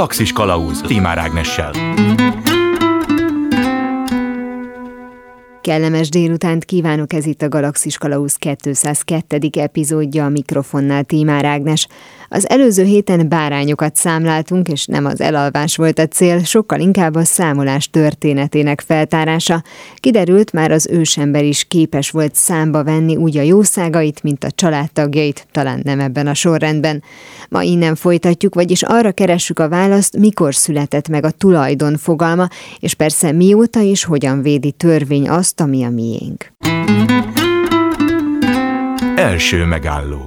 Galaxis Kalauz Tímár Ágnessel. Kellemes délutánt kívánok, ez itt a Galaxis Kalauz 202. epizódja, a mikrofonnál Tímár Ágnes. Az előző héten bárányokat számláltunk, és nem az elalvás volt a cél, sokkal inkább a számolás történetének feltárása. Kiderült, már az ősember is képes volt számba venni úgy a jószágait, mint a családtagjait, talán nem ebben a sorrendben. Ma innen folytatjuk, vagyis arra keressük a választ, mikor született meg a tulajdon fogalma, és persze mióta és hogyan védi törvény azt, ami a miénk. Első megálló.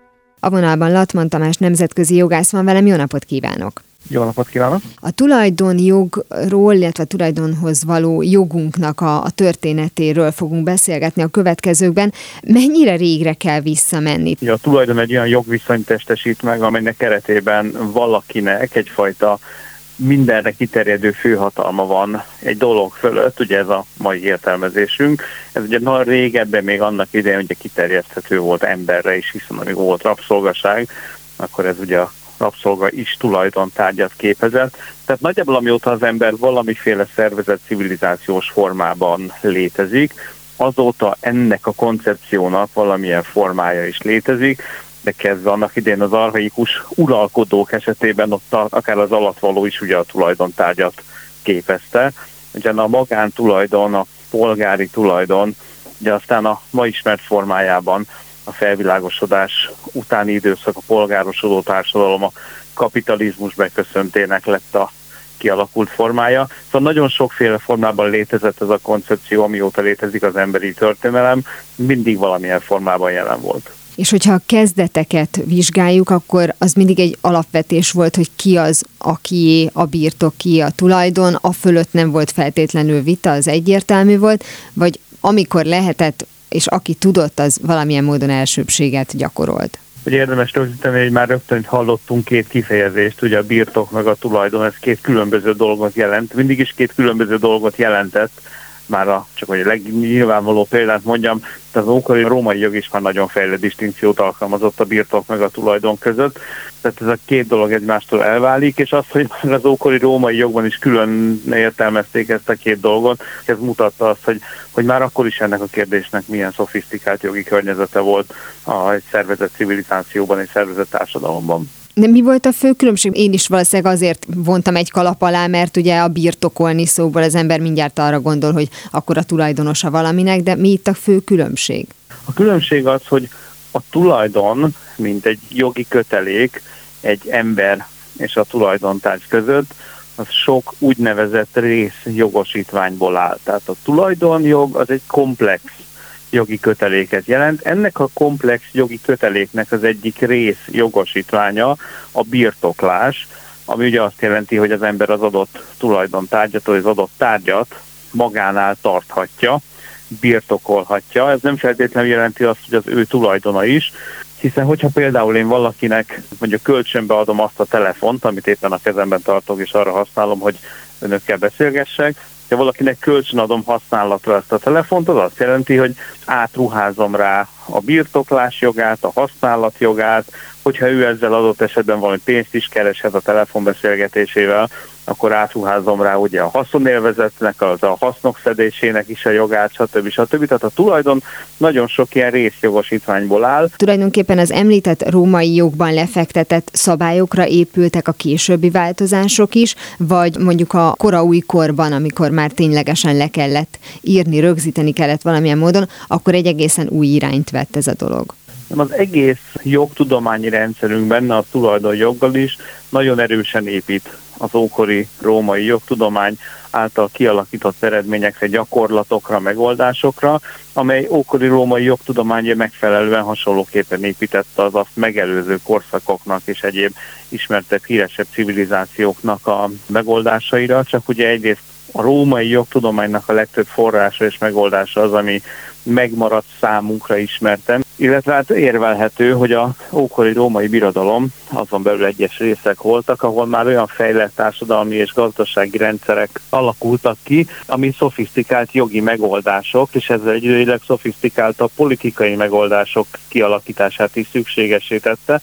A vonalban Latman Tamás nemzetközi jogász van velem, jó napot kívánok! Jó napot kívánok! A tulajdonjogról, illetve a tulajdonhoz való jogunknak a történetéről fogunk beszélgetni a következőkben. Mennyire régre kell visszamenni? A tulajdon egy olyan jogviszonyt testesít meg, amelynek keretében valakinek egyfajta mindenre kiterjedő főhatalma van egy dolog fölött, ugye ez a mai értelmezésünk. Ez ugye régebben még annak idején ugye kiterjeszthető volt emberre is, hiszen amíg volt rabszolgaság, akkor ez ugye a rabszolga is tulajdontárgyat képezett. Tehát nagyjából amióta az ember valamiféle szervezett civilizációs formában létezik, azóta ennek a koncepciónak valamilyen formája is létezik, de kezdve annak idején az archaikus uralkodók esetében ott akár az alattvaló is ugye a tulajdontárgyat képezte. Ugye a magántulajdon, a polgári tulajdon, ugye aztán a ma ismert formájában a felvilágosodás utáni időszak, a polgárosodó társadalom, a kapitalizmus beköszöntének lett a kialakult formája. Szóval nagyon sokféle formában létezett ez a koncepció, amióta létezik az emberi történelem, mindig valamilyen formában jelen volt. És hogyha a kezdeteket vizsgáljuk, akkor az mindig egy alapvetés volt, hogy ki az, akié a birtok, kié a tulajdon, a fölött nem volt feltétlenül vita, az egyértelmű volt, vagy amikor lehetett, és aki tudott, az valamilyen módon elsőbbséget gyakorolt. Ugye érdemes rögzíteni, hogy már rögtön hallottunk két kifejezést, ugye a birtok meg a tulajdon, ez két különböző dolgot jelent, mindig is két különböző dolgot jelentett, már csak hogy a legnyilvánvaló példát mondjam, de az ókori római jog is már nagyon fejlett distinkciót alkalmazott a birtok meg a tulajdon között, tehát ez a két dolog egymástól elválik, és az, hogy már az ókori római jogban is külön értelmezték ezt a két dolgot, ez mutatta azt, hogy már akkor is ennek a kérdésnek milyen szofisztikált jogi környezete volt egy szervezett civilizációban, egy szervezett társadalomban. De mi volt a fő különbség? Én is valószínűleg azért vontam egy kalap alá, mert ugye a birtokolni szóból az ember mindjárt arra gondol, hogy akkor a tulajdonosa valaminek, de mi itt a fő különbség? A különbség az, hogy a tulajdon, mint egy jogi kötelék egy ember és a tulajdontárgy között, az sok úgynevezett részjogosítványból áll. Tehát a tulajdonjog az egy komplex jogi köteléket jelent. Ennek a komplex jogi köteléknek az egyik részjogosítványa a birtoklás, ami ugye azt jelenti, hogy az ember az adott tulajdontárgyat, vagy az adott tárgyat magánál tarthatja, birtokolhatja. Ez nem feltétlenül jelenti azt, hogy az ő tulajdona is, hiszen hogyha például én valakinek mondjuk kölcsönbe adom azt a telefont, amit éppen a kezemben tartok, és arra használom, hogy önökkel beszélgessek, ha valakinek kölcsön adom használatra ezt a telefont, az azt jelenti, hogy átruházom rá a birtoklás jogát, a használat jogát, hogyha ő ezzel adott esetben valami pénzt is kereshet a telefonbeszélgetésével, akkor átruházom rá ugye a haszonélvezetnek, az a hasznok szedésének is a jogát, stb. Tehát a tulajdon nagyon sok ilyen részjogosítványból áll. Tulajdonképpen az említett római jogban lefektetett szabályokra épültek a későbbi változások is, vagy mondjuk a koraújkorban, amikor már ténylegesen le kellett írni, rögzíteni kellett valamilyen módon, akkor egy egészen új irányt vett ez a dolog. Az egész jogtudományi rendszerünkben, a tulajdonjoggal is nagyon erősen épít az ókori római jogtudomány által kialakított eredményekre, gyakorlatokra, megoldásokra, amely ókori római jogtudománya megfelelően hasonlóképpen építette az azt megelőző korszakoknak és egyéb ismertebb, híresebb civilizációknak a megoldásaira, csak ugye egyrészt a római jogtudománynak a legtöbb forrása és megoldása az, ami megmaradt számunkra ismerten, illetve hát érvelhető, hogy a ókori római birodalom, azon belül egyes részek voltak, ahol már olyan fejlett társadalmi és gazdasági rendszerek alakultak ki, ami szofisztikált jogi megoldások, és ezzel egyidejűleg szofisztikáltabb politikai megoldások kialakítását is szükségessé tette.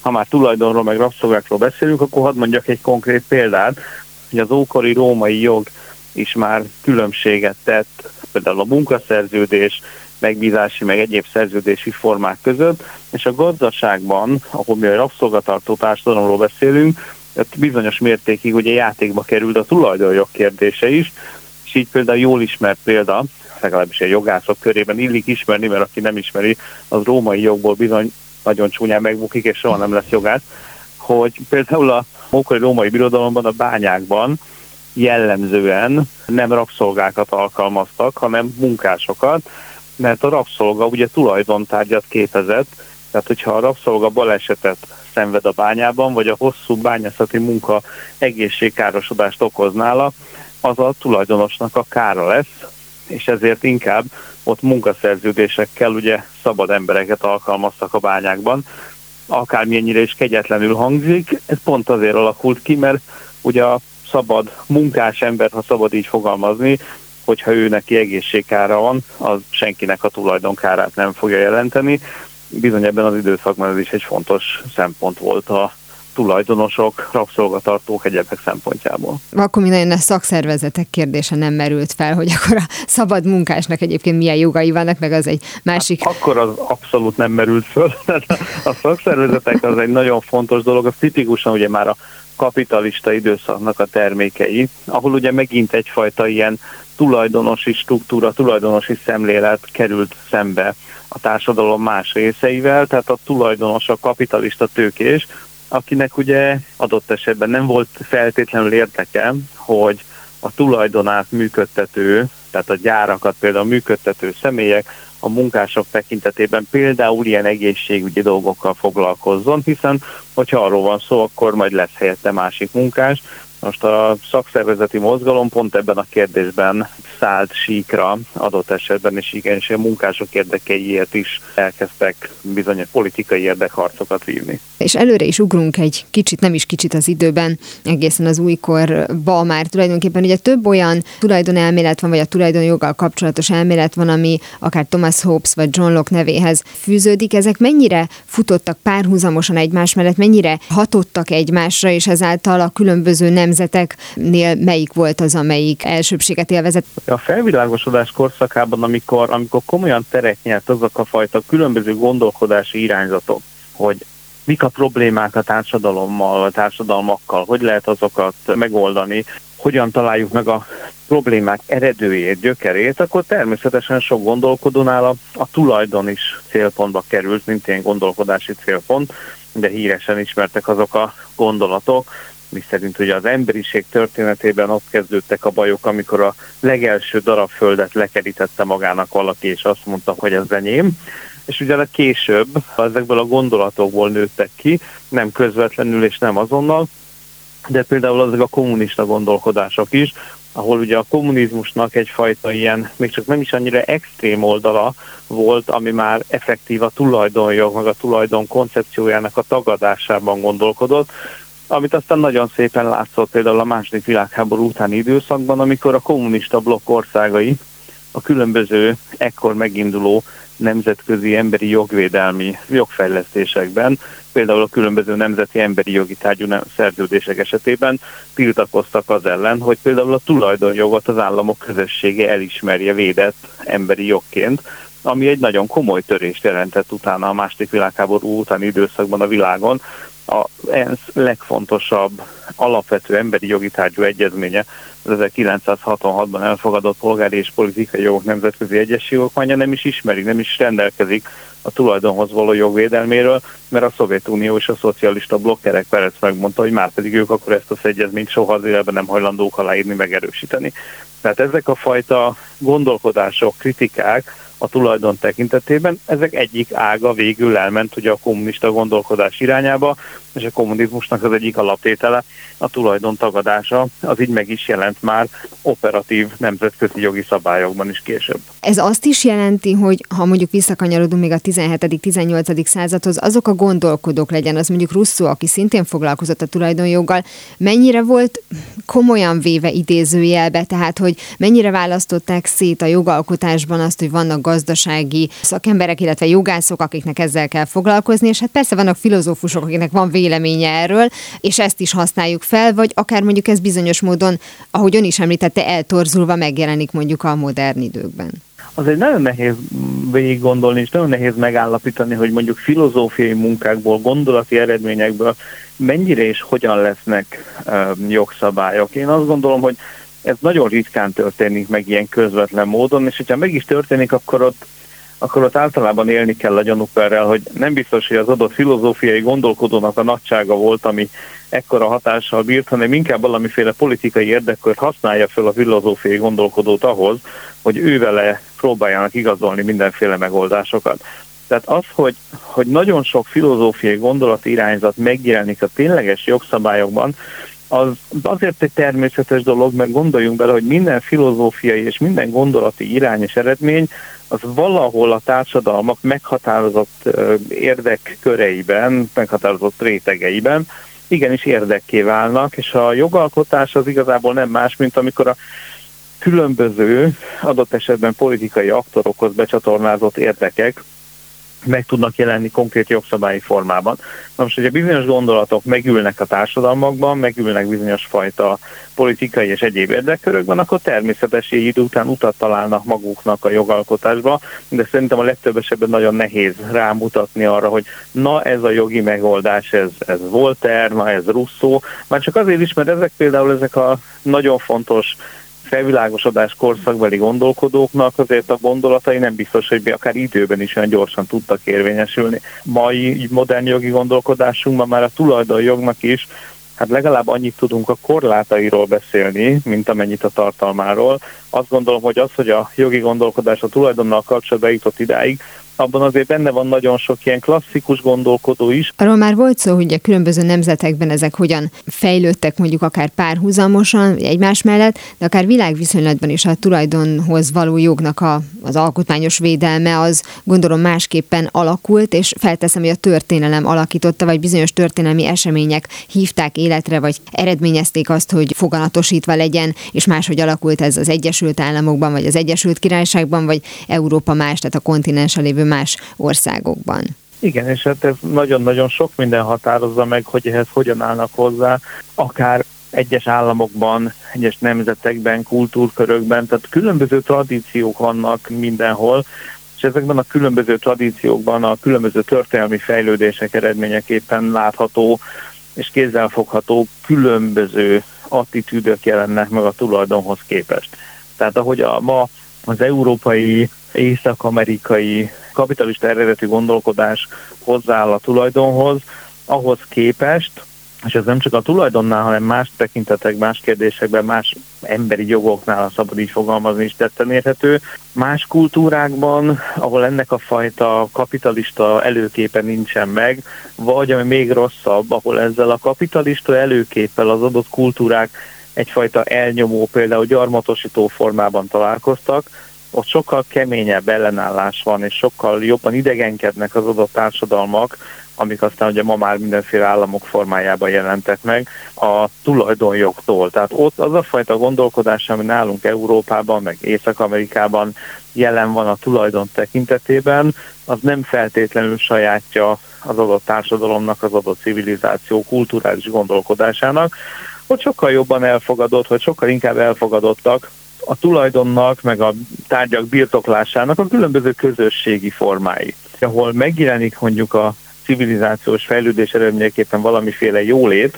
Ha már tulajdonról meg rabszolgákról beszélünk, akkor hadd mondjak egy konkrét példát, hogy az ókori római jog is már különbséget tett, például a munkaszerződés, megbízási, meg egyéb szerződési formák között, és a gazdaságban, ahol mi a rabszolgatartó társadalomról beszélünk, bizonyos mértékig ugye játékba került a tulajdonjog kérdése is, és így például jól ismert példa, legalábbis a jogászok körében illik ismerni, mert aki nem ismeri, az római jogból bizony nagyon csúnyán megbukik, és soha nem lesz jogász, hogy például a ókori római birodalomban, a bányákban jellemzően nem rabszolgákat alkalmaztak, hanem munkásokat, mert a rabszolga ugye tulajdontárgyat képezett, tehát hogyha a rabszolga balesetet szenved a bányában, vagy a hosszú bányászati munka egészségkárosodást okoz nála, az a tulajdonosnak a kára lesz, és ezért inkább ott munkaszerződésekkel ugye szabad embereket alkalmaztak a bányákban. Akármilyennyire is kegyetlenül hangzik, ez pont azért alakult ki, mert ugye a szabad munkás ember, ha szabad így fogalmazni, hogyha ő neki egészségkára van, az senkinek a tulajdonkárát nem fogja jelenteni. Bizony ebben az időszakban ez is egy fontos szempont volt a tulajdonosok, rabszolgatartók, egyebek szempontjából. Akkor minden a szakszervezetek kérdése nem merült fel, hogy akkor a szabad munkásnak egyébként milyen jogai vannak, meg az egy másik... Hát akkor az abszolút nem merült föl. A szakszervezetek az egy nagyon fontos dolog, az tipikusan ugye már a kapitalista időszaknak a termékei, ahol ugye megint egyfajta ilyen tulajdonosi struktúra, tulajdonosi szemlélet került szembe a társadalom más részeivel, tehát a tulajdonos, a kapitalista tőkés, akinek ugye adott esetben nem volt feltétlenül érdeke, hogy a tulajdonát működtető, tehát a gyárakat például működtető személyek a munkások tekintetében például ilyen egészségügyi dolgokkal foglalkozzon, hiszen hogyha arról van szó, akkor majd lesz helyette másik munkás. Most a szakszervezeti mozgalom pont ebben a kérdésben szállt síkra adott esetben, és igenis a munkások érdekeiért is elkezdtek bizonyos politikai érdekharcokat vívni. És előre is ugrunk egy kicsit, nem is kicsit az időben, egészen az újkorba már tulajdonképpen ugye több olyan tulajdonelmélet van, vagy a tulajdonjoggal kapcsolatos elmélet van, ami akár Thomas Hobbes vagy John Locke nevéhez fűződik. Ezek mennyire futottak párhuzamosan egymás mellett, mennyire hatottak egymásra, és ezáltal a különböző nemzeteknél melyik volt az, amelyik elsőbbséget élvezett? A felvilágosodás korszakában, amikor komolyan teret nyert azok a fajta különböző gondolkodási irányzatok, hogy mik a problémák a társadalommal, a társadalmakkal, hogy lehet azokat megoldani, hogyan találjuk meg a problémák eredőjét, gyökerét, akkor természetesen sok gondolkodónál a tulajdon is célpontba került, mint ilyen gondolkodási célpont, de híresen ismertek azok a gondolatok, miszerint ugye az emberiség történetében ott kezdődtek a bajok, amikor a legelső darab földet lekerítette magának valaki, és azt mondta, hogy ez enyém. És ugye később ezekből a gondolatokból nőttek ki, nem közvetlenül és nem azonnal, de például ezek a kommunista gondolkodások is, ahol ugye a kommunizmusnak egyfajta ilyen, még csak nem is annyira extrém oldala volt, ami már effektív a tulajdonjog, meg a tulajdon koncepciójának a tagadásában gondolkodott, amit aztán nagyon szépen látszott például a második világháború utáni időszakban, amikor a kommunista blokk országai a különböző ekkor meginduló nemzetközi emberi jogvédelmi jogfejlesztésekben, például a különböző nemzeti emberi jogi tárgyú szerződések esetében tiltakoztak az ellen, hogy például a tulajdonjogot az államok közössége elismerje védett emberi jogként, ami egy nagyon komoly törést jelentett utána a második világháború utáni időszakban a világon. A ENSZ legfontosabb alapvető emberi jogi tárgyú egyezménye, az 1966-ban elfogadott polgári és politikai jogok nemzetközi egyezségi okmánya nem is ismeri, nem is rendelkezik a tulajdonhoz való jogvédelméről, mert a Szovjetunió és a szocialista blokkerek Perec megmondta, hogy márpedig ők akkor ezt az egyezményt soha az életben nem hajlandók aláírni, megerősíteni. Tehát ezek a fajta gondolkodások, kritikák a tulajdon tekintetében, ezek egyik ága végül elment ugye a kommunista gondolkodás irányába, és a kommunizmusnak az egyik alaptétele a tulajdon tagadása, az így meg is jelent már operatív nemzetközi jogi szabályokban is később. Ez azt is jelenti, hogy ha mondjuk visszakanyarodunk még a 17.-18. századhoz, azok a gondolkodók, legyen az mondjuk Rousseau, aki szintén foglalkozott a tulajdonjoggal, mennyire volt komolyan véve idézőjelbe, tehát hogy mennyire választották szét a jogalkotásban azt, hogy vannak gazdasági szakemberek, illetve jogászok, akiknek ezzel kell foglalkozni, és hát persze vannak filozófusok, akiknek van véleménye erről, és ezt is használjuk fel, vagy akár mondjuk ez bizonyos módon, ahogy ön is említette, eltorzulva megjelenik mondjuk a modern időkben. Azért nagyon nehéz végig gondolni, és nagyon nehéz megállapítani, hogy mondjuk filozófiai munkákból, gondolati eredményekből mennyire és hogyan lesznek jogszabályok. Én azt gondolom, hogy ez nagyon ritkán történik meg ilyen közvetlen módon, és hogyha meg is történik, akkor ott általában élni kell a gyanúperrel, hogy nem biztos, hogy az adott filozófiai gondolkodónak a nagysága volt, ami ekkora hatással bírt, hanem inkább valamiféle politikai érdekkört használja fel a filozófiai gondolkodót ahhoz, hogy ő vele próbáljanak igazolni mindenféle megoldásokat. Tehát az, hogy nagyon sok filozófiai gondolati irányzat megjelenik a tényleges jogszabályokban, az azért egy természetes dolog, mert gondoljunk bele, hogy minden filozófiai és minden gondolati irány és eredmény az valahol a társadalmak meghatározott érdekköreiben, meghatározott rétegeiben igenis érdekké válnak, és a jogalkotás az igazából nem más, mint amikor a különböző, adott esetben politikai aktorokhoz becsatornázott érdekek meg tudnak jelenni konkrét jogszabályi formában. Na most, hogyha bizonyos gondolatok megülnek a társadalmakban, megülnek bizonyos fajta politikai és egyéb érdekkörökben, akkor természetesen idő után utat találnak maguknak a jogalkotásba, de szerintem a legtöbb esetben nagyon nehéz rámutatni arra, hogy na ez a jogi megoldás, ez Voltaire, na ez Rousseau, már csak azért is, mert ezek a nagyon fontos felvilágosodás korszakbeli gondolkodóknak azért a gondolatai nem biztos, hogy akár időben is olyan gyorsan tudtak érvényesülni. Mai modern jogi gondolkodásunkban már a tulajdonjognak is hát legalább annyit tudunk a korlátairól beszélni, mint amennyit a tartalmáról. Azt gondolom, hogy hogy a jogi gondolkodás a tulajdonnal kapcsolatban jutott idáig, abban azért benne van nagyon sok ilyen klasszikus gondolkodó is. Arról már volt szó, hogy a különböző nemzetekben ezek hogyan fejlődtek mondjuk akár párhuzamosan, vagy egymás mellett, de akár világviszonylatban is a tulajdonhoz való jognak az alkotmányos védelme az gondolom másképpen alakult, és felteszem, hogy a történelem alakította, vagy bizonyos történelmi események hívták életre, vagy eredményezték azt, hogy foganatosítva legyen, és máshogy alakult ez az Egyesült Államokban, vagy az Egyesült Királyságban, vagy Európa más, tehát a kontinensen lévő más országokban. Igen, és hát ez nagyon-nagyon sok minden határozza meg, hogy ehhez hogyan állnak hozzá, akár egyes államokban, egyes nemzetekben, kultúrkörökben, tehát különböző tradíciók vannak mindenhol, és ezekben a különböző tradíciókban a különböző történelmi fejlődések eredményeképpen látható és kézzelfogható különböző attitűdök jelennek meg a tulajdonhoz képest. Tehát ahogy ma az európai, észak-amerikai kapitalista eredetű gondolkodás hozzááll a tulajdonhoz, ahhoz képest, és ez nem csak a tulajdonnál, hanem más tekintetek, más kérdésekben, más emberi jogoknál, ha szabad így fogalmazni, is tetten érhető. Más kultúrákban, ahol ennek a fajta kapitalista előképe nincsen meg, vagy ami még rosszabb, ahol ezzel a kapitalista előképpel az adott kultúrák egyfajta elnyomó, például gyarmatosító formában találkoztak, ott sokkal keményebb ellenállás van, és sokkal jobban idegenkednek az adott társadalmak, amik aztán ugye ma már mindenféle államok formájában jelentek meg a tulajdonjogtól. Tehát ott az a fajta gondolkodás, ami nálunk Európában, meg Észak-Amerikában jelen van a tulajdon tekintetében, az nem feltétlenül sajátja az adott társadalomnak, az adott civilizáció kulturális gondolkodásának. Ott sokkal jobban elfogadott, vagy sokkal inkább elfogadottak a tulajdonnak, meg a tárgyak birtoklásának a különböző közösségi formái. Ahol megjelenik mondjuk a civilizációs fejlődés eredményeképpen valamiféle jólét,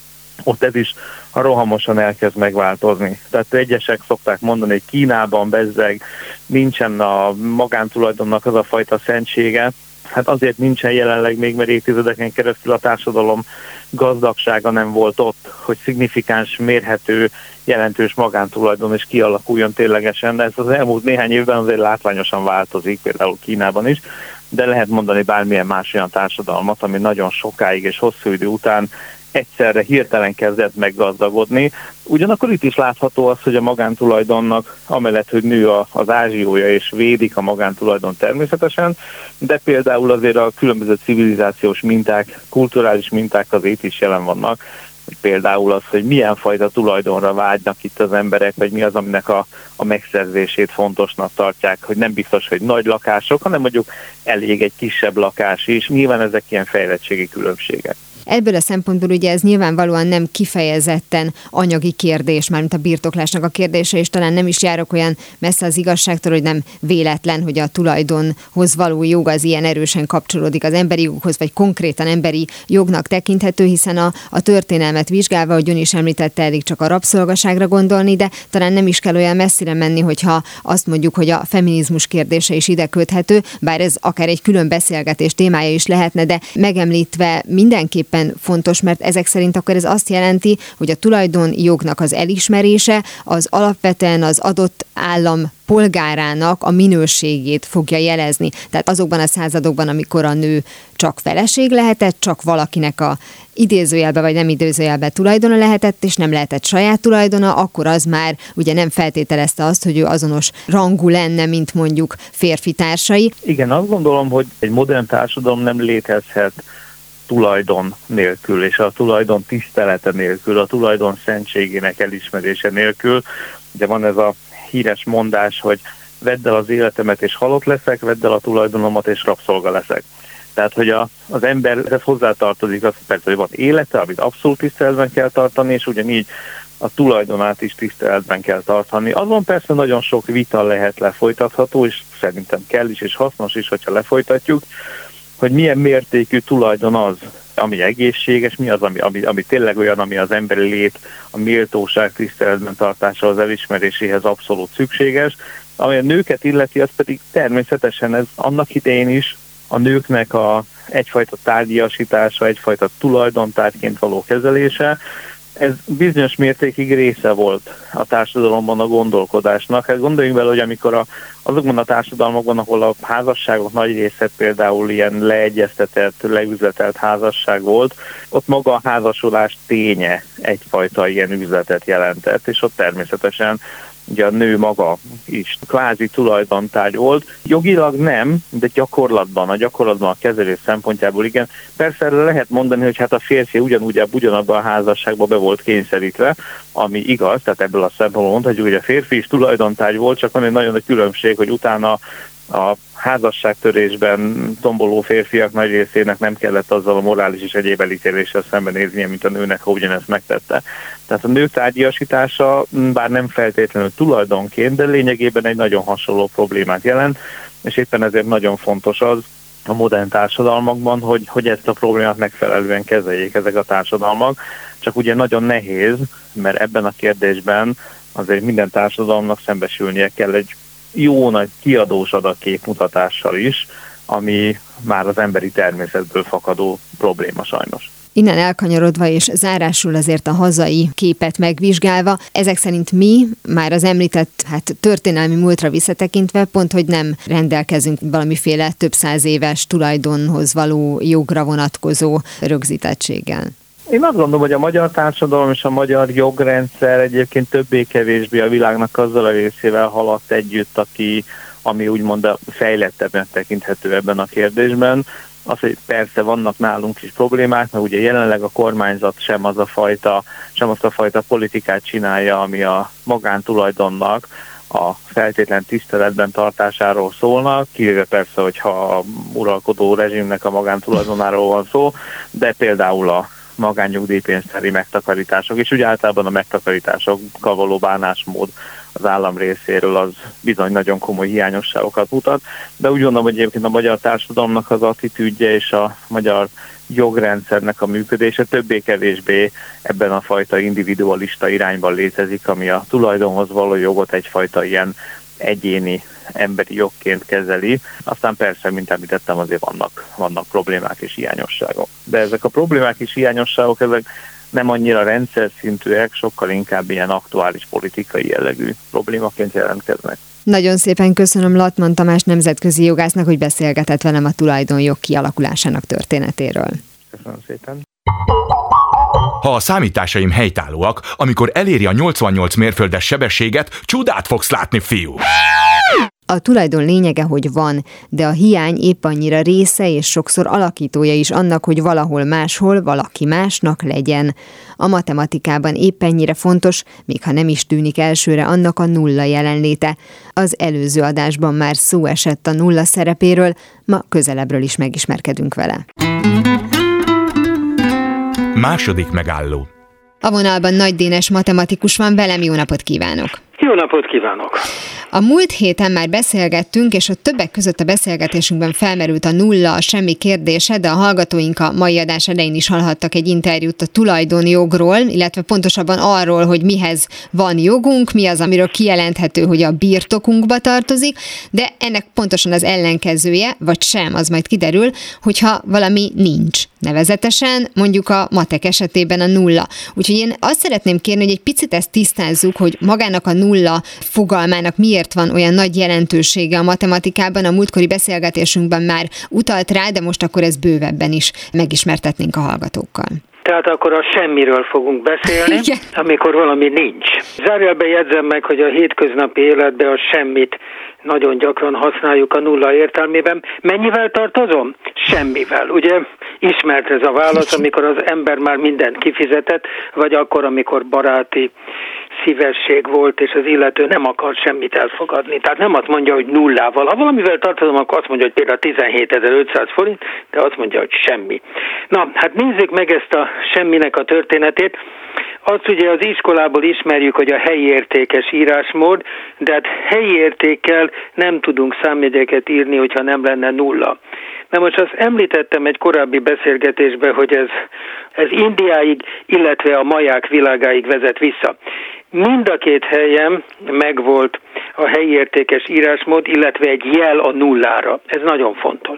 ott ez is rohamosan elkezd megváltozni. Tehát egyesek szokták mondani, hogy Kínában bezzeg nincsen a magántulajdonnak az a fajta szentsége. Hát azért nincsen jelenleg még, mert évtizedeken keresztül a társadalom gazdagsága nem volt ott, hogy szignifikáns, mérhető, jelentős magántulajdon is kialakuljon ténylegesen, de ez az elmúlt néhány évben azért látványosan változik, például Kínában is. de lehet mondani bármilyen más olyan társadalmat, ami nagyon sokáig és hosszú idő után egyszerre hirtelen kezdett meggazdagodni. Ugyanakkor itt is látható az, hogy a magántulajdonnak, amellett, hogy nő az ázsiója és védik a magántulajdon természetesen, de például azért a különböző civilizációs minták, kulturális minták azért is jelen vannak. Például az, hogy milyen fajta tulajdonra vágynak itt az emberek, vagy mi az, aminek a megszerzését fontosnak tartják, hogy nem biztos, hogy nagy lakások, hanem mondjuk elég egy kisebb lakás is. Nyilván ezek ilyen fejlettségi különbségek. Ebből a szempontból ugye ez nyilvánvalóan nem kifejezetten anyagi kérdés, mármint a birtoklásnak a kérdése, és talán nem is járok olyan messze az igazságtól, hogy nem véletlen, hogy a tulajdonhoz való jog az ilyen erősen kapcsolódik az emberi joghoz, vagy konkrétan emberi jognak tekinthető, hiszen a történelmet vizsgálva, ahogy ön is említette, elég csak a rabszolgaságra gondolni, de talán nem is kell olyan messzire menni, hogyha azt mondjuk, hogy a feminizmus kérdése is ide köthető, bár ez akár egy külön beszélgetés témája is lehetne, de megemlítve mindenképp fontos, mert ezek szerint akkor ez azt jelenti, hogy a tulajdonjognak az elismerése az alapvetően az adott állam polgárának a minőségét fogja jelezni. Tehát azokban a századokban, amikor a nő csak feleség lehetett, csak valakinek a idézőjelbe vagy nem idézőjelbe tulajdona lehetett, és nem lehetett saját tulajdona, akkor az már ugye nem feltételezte azt, hogy ő azonos rangú lenne, mint mondjuk férfi társai. Igen, azt gondolom, hogy egy modern társadalom nem létezhet tulajdon nélkül, és a tulajdon tisztelete nélkül, a tulajdon szentségének elismerése nélkül. Ugye van ez a híres mondás, hogy vedd el az életemet és halott leszek, vedd el a tulajdonomat és rabszolga leszek. Tehát, hogy az emberhez hozzátartozik az, persze, hogy van élete, amit abszolút tiszteletben kell tartani, és ugyanígy a tulajdonát is tiszteletben kell tartani. Azon persze nagyon sok vita lehet lefolytatható, és szerintem kell is, és hasznos is, hogyha lefolytatjuk, hogy milyen mértékű tulajdon az, ami egészséges, mi az, ami tényleg olyan, ami az emberi lét, a méltóság tiszteletben tartása az elismeréséhez abszolút szükséges. Ami a nőket illeti, az pedig természetesen ez annak idején is a nőknek egyfajta tárgyasítása, egyfajta tulajdontárgyként való kezelése, ez bizonyos mértékig része volt a társadalomban a gondolkodásnak. Hát gondoljunk bele, hogy amikor azokban a társadalmakban, ahol a házasságok nagy része például ilyen leegyeztetett, leüzletelt házasság volt, ott maga a házasulás ténye egyfajta ilyen üzletet jelentett, és ott természetesen ugye a nő maga is kvázi tulajdontárgy volt. Jogilag nem, de gyakorlatban a kezelés szempontjából igen. Persze erre lehet mondani, hogy hát a férfi ugyanabban a házasságban be volt kényszerítve, ami igaz, tehát ebből a szempontból mondhatjuk, hogy a férfi is tulajdontárgy volt, csak van egy nagyon nagy különbség, hogy utána a házasságtörésben tomboló férfiak nagy részének nem kellett azzal a morális és egyéb elítéléssel szembenéznie, mint a nőnek, ha ugyanezt megtette. Tehát a nők tárgyasítása bár nem feltétlenül tulajdonként, de lényegében egy nagyon hasonló problémát jelent, és éppen ezért nagyon fontos az a modern társadalmakban, hogy ezt a problémát megfelelően kezeljék ezek a társadalmak. Csak ugye nagyon nehéz, mert ebben a kérdésben azért minden társadalomnak szembesülnie kell egy jó nagy kiadós adatképmutatással is, ami már az emberi természetből fakadó probléma sajnos. Innen elkanyarodva és zárásul azért a hazai képet megvizsgálva, ezek szerint mi, már az említett történelmi múltra visszatekintve, pont hogy nem rendelkezünk valamiféle több száz éves tulajdonhoz való jogra vonatkozó rögzítettséggel. Én azt gondolom, hogy a magyar társadalom és a magyar jogrendszer egyébként többé-kevésbé a világnak azzal a részével haladt együtt, ami úgymond a fejlettebbnek tekinthető ebben a kérdésben. Az, hogy persze vannak nálunk is problémák, mert ugye jelenleg a kormányzat sem azt a fajta politikát csinálja, ami a magántulajdonnak a feltétlen tiszteletben tartásáról szólnak, kivéve persze, hogyha a uralkodó rezsimnek a magántulajdonáról van szó, de például a magánnyugdíjpénztári megtakarítások, és úgy általában a megtakarításokkal való bánásmód az állam részéről az bizony nagyon komoly hiányosságokat mutat, de úgy gondolom, hogy egyébként a magyar társadalomnak az attitűdje és a magyar jogrendszernek a működése többé-kevésbé ebben a fajta individualista irányban létezik, ami a tulajdonhoz való jogot egyfajta ilyen egyéni emberi jogként kezeli. Aztán persze, mint említettem, azért vannak problémák és hiányosságok. De ezek a problémák és hiányosságok, ezek nem annyira rendszer szintűek, sokkal inkább ilyen aktuális politikai jellegű problémaként jelentkeznek. Nagyon szépen köszönöm Latman Tamás nemzetközi jogásznak, hogy beszélgetett velem a tulajdonjog kialakulásának történetéről. Köszönöm szépen. Ha a számításaim helytállóak, amikor eléri a 88 mérföldes sebességet, csodát fogsz látni, fiú! A tulajdon lényege, hogy van, de a hiány épp annyira része és sokszor alakítója is annak, hogy valahol máshol valaki másnak legyen. A matematikában épp ennyire fontos, még ha nem is tűnik elsőre annak a nulla jelenléte. Az előző adásban már szó esett a nulla szerepéről, ma közelebbről is megismerkedünk vele. Második megálló. A vonalban Nagy Dénes matematikus van velem, jó napot kívánok! Jó napot kívánok! A múlt héten már beszélgettünk, és a többek között a beszélgetésünkben felmerült a nulla, a semmi kérdése, de a hallgatóink a mai adás elején is hallhattak egy interjút a tulajdonjogról, illetve pontosabban arról, hogy mihez van jogunk, mi az, amiről kijelenthető, hogy a birtokunkba tartozik, de ennek pontosan az ellenkezője, vagy sem, az majd kiderül, hogyha valami nincs. Nevezetesen mondjuk a matek esetében a nulla. Úgyhogy én azt szeretném kérni, hogy egy picit ezt tisztázzuk, hogy magának a nulla fogalmának miért van olyan nagy jelentősége a matematikában. A múltkori beszélgetésünkben már utalt rá, de most akkor ezt bővebben is megismertetnénk a hallgatókkal. Tehát akkor a semmiről fogunk beszélni, amikor valami nincs. Zárójelben jegyzem meg, hogy a hétköznapi életben a semmit nagyon gyakran használjuk a nulla értelmében. Mennyivel tartozom? Semmivel. Ugye ismert ez a válasz, amikor az ember már mindent kifizetett, vagy akkor, amikor baráti szívesség volt, és az illető nem akar semmit elfogadni. Tehát nem azt mondja, hogy nullával. Ha valamivel tartozom, akkor azt mondja, hogy például 17.500 forint, de azt mondja, hogy semmi. Na, hát nézzük meg ezt a semminek a történetét. Azt ugye az iskolából ismerjük, hogy a helyi értékes írásmód, de hát helyi értékkel nem tudunk számjegyeket írni, hogyha nem lenne nulla. Na most azt említettem egy korábbi beszélgetésben, hogy ez Indiáig, illetve a maják világáig vezet vissza. Mind a két helyen megvolt a helyi értékes írásmód, illetve egy jel a nullára. Ez nagyon fontos.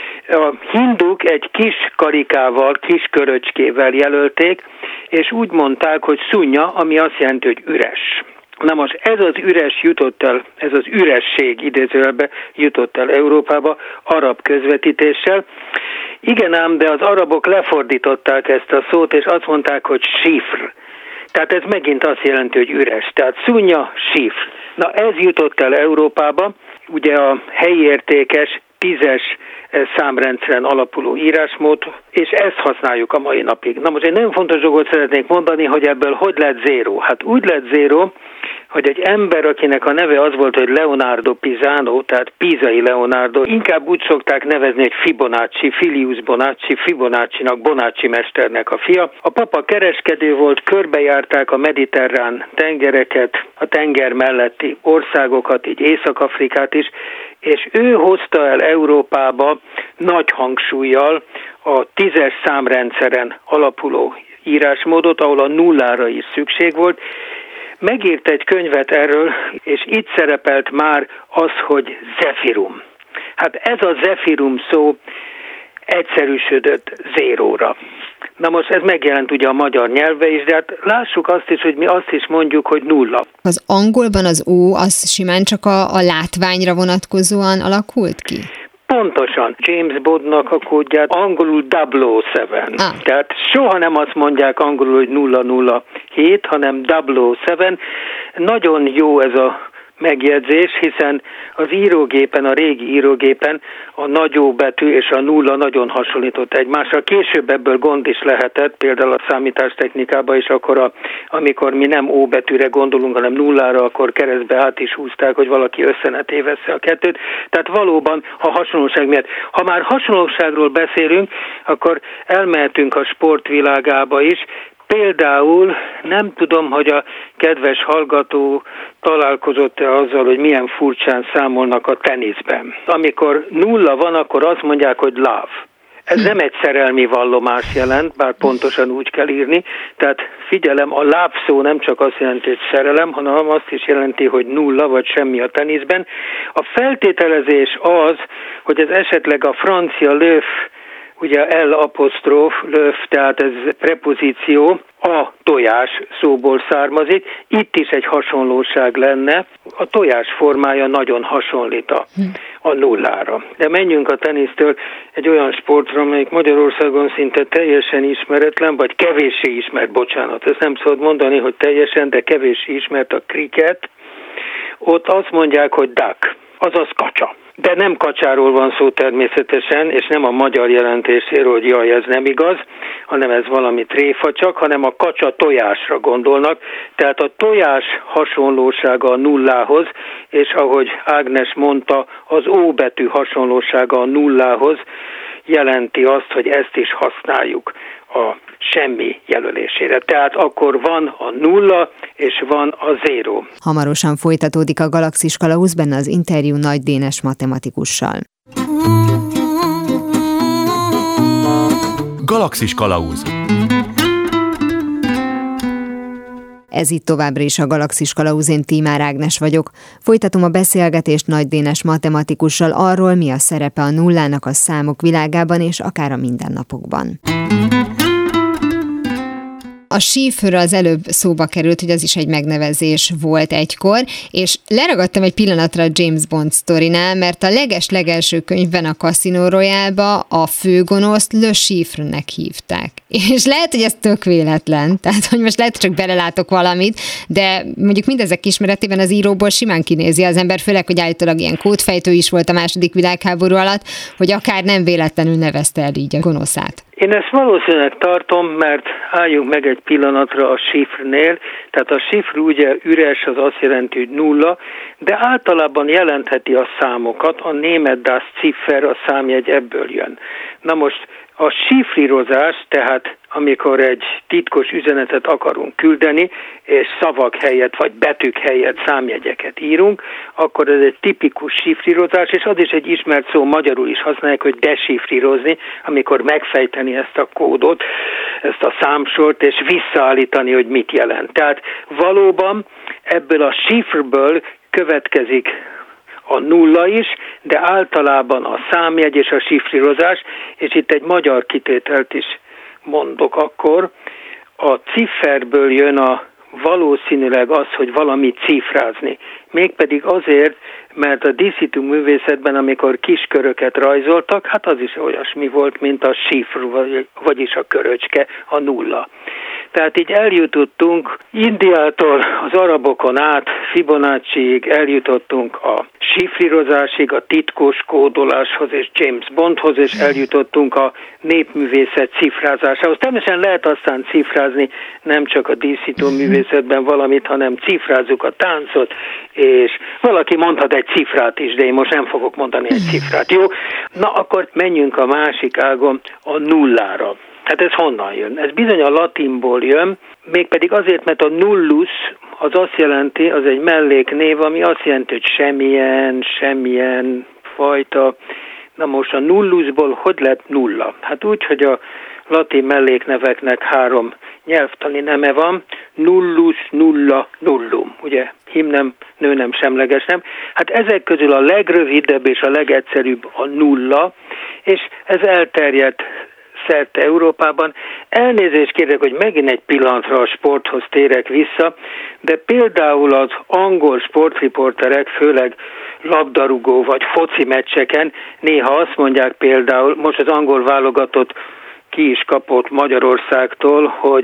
A hinduk egy kis karikával, kis köröcskével jelölték, és úgy mondták, hogy szunya, ami azt jelenti, hogy üres. Na most ez az üres jutott el, ez az üresség idézőjelbe jutott el Európába arab közvetítéssel. Igen ám, de az arabok lefordították ezt a szót, és azt mondták, hogy sifr. Tehát ez megint azt jelenti, hogy üres. Tehát szunya, sifr. Na ez jutott el Európába, ugye a helyi értékes 10-es számrendszeren alapuló írásmód, és ezt használjuk a mai napig. Na most egy nagyon fontos dolgot szeretnék mondani, hogy ebből hogy lett zéró. Hát úgy lett zéró, hogy egy ember, akinek a neve az volt, hogy Leonardo Pisano, tehát Pisai Leonardo, inkább úgy szokták nevezni, hogy Fibonacci, Filius Bonacci, Fibonaccinak, Bonacci mesternek a fia. A papa kereskedő volt, körbejárták a mediterrán tengereket, a tenger melletti országokat, így Észak-Afrikát is, és ő hozta el Európába nagy hangsúllyal a 10-es számrendszeren alapuló írásmódot, ahol a nullára is szükség volt. Megírt egy könyvet erről, és itt szerepelt már az, hogy zefirum. Hát ez a zefirum szó egyszerűsödött zéróra. Na most ez megjelent ugye a magyar nyelvbe is, de hát lássuk azt is, hogy mi azt is mondjuk, hogy nulla. Az angolban az ó, az simán csak a látványra vonatkozóan alakult ki? Pontosan. James Bondnak a kódját angolul 007. Tehát soha nem azt mondják angolul, hogy 007, hanem 007. Nagyon jó ez a megjegyzés, hiszen az írógépen, a régi írógépen a nagy ó betű és a nulla nagyon hasonlított egymásra. Később ebből gond is lehetett, például a számítástechnikában is, akkor amikor mi nem ó betűre gondolunk, hanem nullára, akkor keresztbe át is húzták, hogy valaki össze tévessze a kettőt. Tehát valóban a hasonlóság miatt. Ha már hasonlóságról beszélünk, akkor elmehetünk a sportvilágába is. Például nem tudom, hogy a kedves hallgató találkozott-e azzal, hogy milyen furcsán számolnak a teniszben. Amikor nulla van, akkor azt mondják, hogy love. Ez nem egy szerelmi vallomás jelent, bár pontosan úgy kell írni. Tehát figyelem, a love szó nem csak azt jelenti, hogy szerelem, hanem azt is jelenti, hogy nulla vagy semmi a teniszben. A feltételezés az, hogy ez esetleg a francia löv, ugye L', löv, tehát ez prepozíció, a tojás szóból származik. Itt is egy hasonlóság lenne. A tojás formája nagyon hasonlít a nullára. De menjünk a tenisztől egy olyan sportra, amelyik Magyarországon szinte teljesen ismeretlen, vagy kevéssé ismert, bocsánat, ezt nem szabad mondani, hogy teljesen, de kevéssé ismert a kriket. Ott azt mondják, hogy duck, azaz kacsa. De nem kacsáról van szó természetesen, és nem a magyar jelentéséről, hogy jaj, ez nem igaz, hanem ez valami tréfa csak, hanem a kacsa tojásra gondolnak. Tehát a tojás hasonlósága a nullához, és ahogy Ágnes mondta, az ó betű hasonlósága a nullához jelenti azt, hogy ezt is használjuk a semmi jelölésére. Tehát akkor van a nulla, és van a zéró. Hamarosan folytatódik a Galaxis Kalauz, benne az interjú Nagy Dénes matematikussal. Galaxis Kalauz. Ez itt továbbra is a Galaxis Kalauz, én Tímár Ágnes vagyok. Folytatom a beszélgetést Nagy Dénes matematikussal arról, mi a szerepe a nullának a számok világában, és akár a mindennapokban. A sífőről az előbb szóba került, hogy az is egy megnevezés volt egykor, és leragadtam egy pillanatra a James Bond sztorinál, mert a legelső könyvben, a Casino Royale-ba a főgonoszt Le Chiffre-nek hívták. És lehet, hogy ez tök véletlen, tehát hogy most lehet, hogy csak belelátok valamit, de mondjuk mindezek ismeretében az íróból simán kinézi az ember, főleg, hogy állítólag ilyen kódfejtő is volt a II. Világháború alatt, hogy akár nem véletlenül nevezte el így a gonoszát. Én ezt valószínűleg tartom, mert álljunk meg egy pillanatra a chiffre-nél, tehát a chiffre ugye üres, az azt jelenti, hogy nulla, de általában jelentheti a számokat, a német das Ziffer, a számjegy ebből jön. Na most a sífrírozás, tehát amikor egy titkos üzenetet akarunk küldeni, és szavak helyett, vagy betűk helyett számjegyeket írunk, akkor ez egy tipikus sífrírozás, és az is egy ismert szó, magyarul is használják, hogy desífrírozni, amikor megfejteni ezt a kódot, ezt a számsort, és visszaállítani, hogy mit jelent. Tehát valóban ebből a sífrből következik a nulla is, de általában a számjegy és a sífrírozás, és itt egy magyar kitételt is mondok akkor, a cifferből jön valószínűleg az, hogy valami cifrázni. Mégpedig azért, mert a díszítő művészetben, amikor kisköröket rajzoltak, hát az is olyasmi volt, mint a sífr, vagyis a köröcske, a nulla. Tehát így eljutottunk Indiától az arabokon át, Fibonacciig eljutottunk a sífrírozásig, a titkos kódoláshoz és James Bondhoz, és eljutottunk a népművészet cifrázásához. Természetesen lehet aztán cifrázni nem csak a díszítő művészetben valamit, hanem cifrázzuk a táncot, és valaki mondhat egy cifrát is, de én most nem fogok mondani egy cifrát, jó? Na akkor menjünk a másik ágon, a nullára. Hát ez honnan jön? Ez bizony a latinból jön, mégpedig azért, mert a nullus az azt jelenti, az egy melléknév, ami azt jelenti, hogy semmilyen fajta. Na most a nullusból hogy lett nulla? Hát úgy, hogy a latin mellékneveknek 3 nyelvtani neme van, nullus, nulla, nullum, ugye himnem, nőnem, semleges nem. Hát ezek közül a legrövidebb és a legegyszerűbb a nulla, és ez elterjedt szerte Európában. Elnézést kérek, hogy megint egy pillanatra a sporthoz térek vissza, de például az angol sportriporterek, főleg labdarúgó vagy foci meccseken néha azt mondják például, most az angol válogatott ki is kapott Magyarországtól, hogy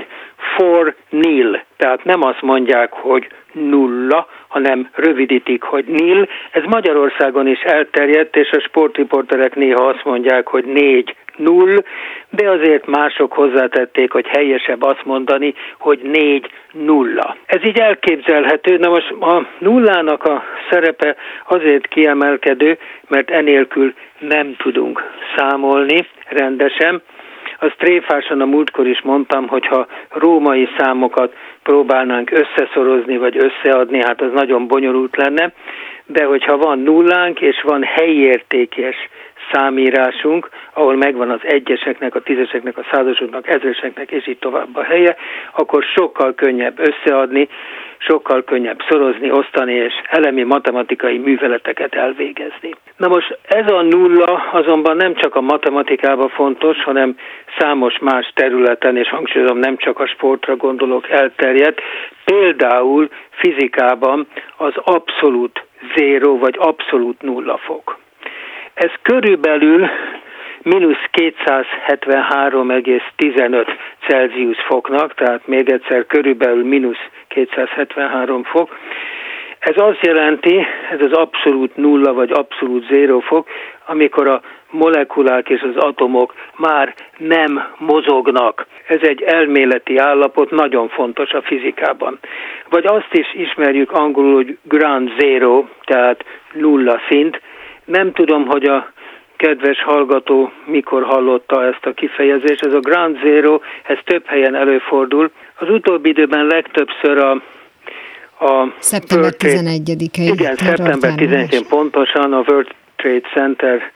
4-0, tehát nem azt mondják, hogy nulla, hanem rövidítik, hogy nil. Ez Magyarországon is elterjedt, és a sportriporterek néha azt mondják, hogy 4-0, de azért mások hozzátették, hogy helyesebb azt mondani, hogy 4-0. Ez így elképzelhető, na most a nullának a szerepe azért kiemelkedő, mert enélkül nem tudunk számolni rendesen. Azt tréfásan a múltkor is mondtam, hogyha római számokat próbálnánk összeszorozni vagy összeadni, hát az nagyon bonyolult lenne, de hogyha van nullánk és van helyértékes számírásunk, ahol megvan az egyeseknek, a tízeseknek, a százasoknak, ezreseknek és így tovább a helye, akkor sokkal könnyebb összeadni, sokkal könnyebb szorozni, osztani és elemi matematikai műveleteket elvégezni. Na most ez a nulla azonban nem csak a matematikában fontos, hanem számos más területen, és hangsúlyozom, nem csak a sportra gondolok, elterjedt. Például fizikában az abszolút zéro vagy abszolút nulla fok. Ez körülbelül -273,15 Celsius foknak, tehát még egyszer körülbelül -273 fok. Ez azt jelenti, ez az abszolút nulla vagy abszolút zéro fok, amikor a molekulák és az atomok már nem mozognak. Ez egy elméleti állapot, nagyon fontos a fizikában. Vagy azt is ismerjük angolul, hogy ground zero, tehát nulla szint. Nem tudom, hogy a kedves hallgató mikor hallotta ezt a kifejezést. Ez a ground zero, ez több helyen előfordul. Az utóbbi időben legtöbbször a szeptember 11-i. Igen, szeptember 11-én pontosan a World Trade Center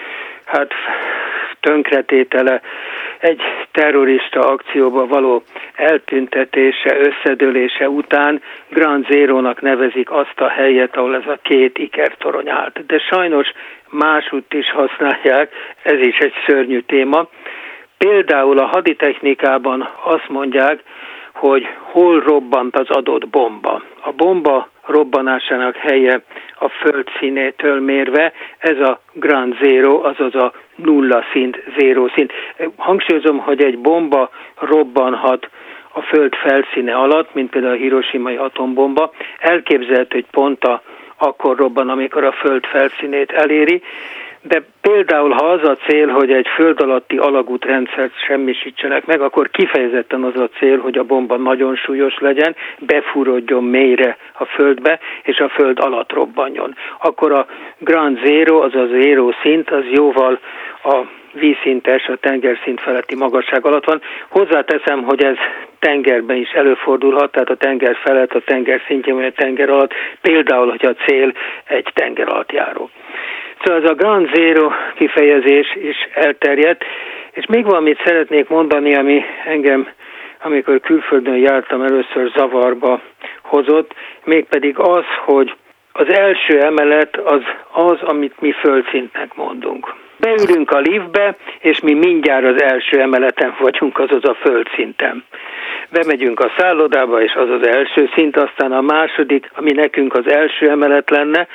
tönkretétele, egy terrorista akcióba való eltüntetése, összedőlése után Ground Zero-nak nevezik azt a helyet, ahol ez a két ikertorony állt. De sajnos másútt is használják, ez is egy szörnyű téma. Például a haditechnikában azt mondják, hogy hol robbant az adott bomba. A bomba robbanásának helye a föld színétől mérve, ez a ground zero, azaz a nulla szint, zero szint. Hangsúlyozom, hogy egy bomba robbanhat a föld felszíne alatt, mint például a hiroshimai atombomba. Elképzelhető, hogy pont akkor robban, amikor a föld felszínét eléri, de például, ha az a cél, hogy egy föld alatti alagútrendszert semmisítsenek meg, akkor kifejezetten az a cél, hogy a bomba nagyon súlyos legyen, befúrodjon mélyre a földbe, és a föld alatt robbanjon. Akkor a ground zero, azaz zero szint, az jóval a vízszintes, a tengerszint feletti magasság alatt van. Hozzáteszem, hogy ez tengerben is előfordulhat, tehát a tenger felett, a tenger szintjén, vagy a tenger alatt, például, hogy a cél egy tenger alatt járó. Szóval ez a ground zero kifejezés is elterjedt, és még valamit szeretnék mondani, ami engem, amikor külföldön jártam, először zavarba hozott, mégpedig az, hogy az első emelet az, amit mi földszintnek mondunk. Beülünk a liftbe, és mi mindjárt az első emeleten vagyunk, azaz a földszinten. Bemegyünk a szállodába, és az az első szint, aztán a második, ami nekünk az első emelet lenne,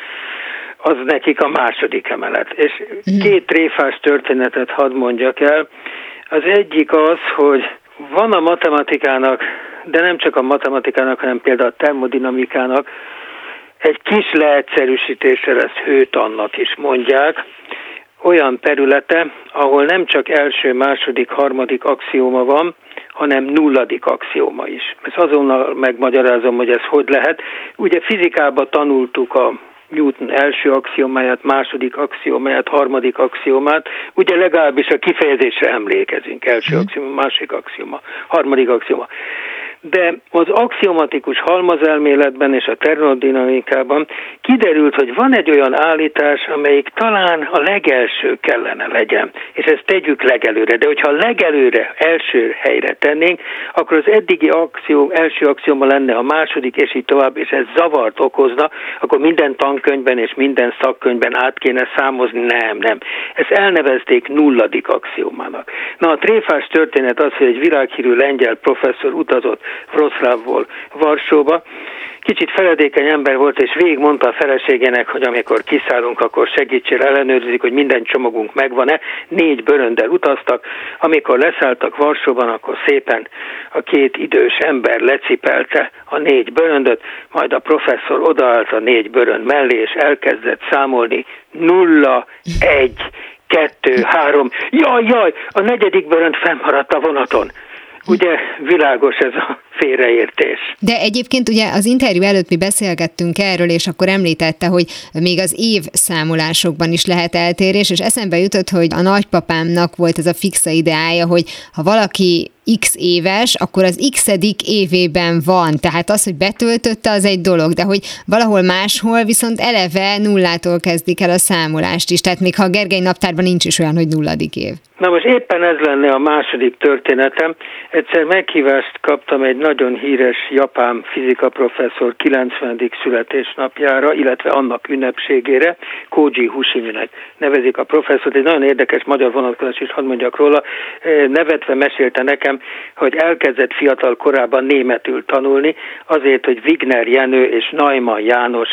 az nekik a második emelet. És két tréfás történetet hadd mondjak el. Az egyik az, hogy van a matematikának, de nem csak a matematikának, hanem például a termodinamikának egy kis leegyszerűsítésre, ezt hőtannak is mondják, olyan területe, ahol nem csak első, második, harmadik axióma van, hanem nulladik axióma is. Ezt azonnal megmagyarázom, hogy ez hogy lehet. Ugye fizikában tanultuk a Newton első axiómáját, második axiómáját, harmadik axiómát, ugye legalábbis a kifejezésre emlékezünk, első axióma, másik axióma, harmadik axióma. De az axiomatikus halmazelméletben és a termodinamikában kiderült, hogy van egy olyan állítás, amelyik talán a legelső kellene legyen, és ezt tegyük legelőre. De hogyha legelőre, első helyre tennénk, akkor az eddigi első axióma lenne a második, és így tovább, és ez zavart okozna, akkor minden tankönyvben és minden szakkönyvben át kéne számozni. Nem. Ezt elnevezték nulladik axiómának. Na, a tréfás történet az, hogy egy világhírű lengyel professzor utazott Wrocławból Varsóba. Kicsit feledékeny ember volt, és végigmondta a feleségének, hogy amikor kiszállunk, akkor segítsél, ellenőrzik, hogy minden csomagunk megvan-e. 4 bőröndel utaztak. Amikor leszálltak Varsóban, akkor szépen a 2 idős ember lecipelte a 4 bőröndöt, majd a professzor odaállt a 4 bőrönd mellé, és elkezdett számolni 0, 1, 2, 3. Jaj, a 4. bőrönd fennmaradt a vonaton. Ugye világos ez a félreértés. De egyébként ugye az interjú előtt mi beszélgettünk erről, és akkor említette, hogy még az évszámolásokban is lehet eltérés, és eszembe jutott, hogy a nagypapámnak volt ez a fixa ideája, hogy ha valaki x éves, akkor az x-edik évében van. Tehát az, hogy betöltötte, az egy dolog, de hogy valahol máshol viszont eleve nullától kezdik el a számolást is. Tehát még ha a Gergely naptárban nincs is olyan, hogy 0. év. Na most éppen ez lenne a második történetem. Egyszer meghívást kaptam egy nagyon híres japán fizika professzor 90. születésnapjára, illetve annak ünnepségére, Koji Hushiminek nevezik a professzort. Egy nagyon érdekes magyar vonatkozás is, hadd mondjak róla. Nevetve mesélte nekem, hogy elkezdett fiatal korában németül tanulni, azért, hogy Wigner Jenő és Neumann János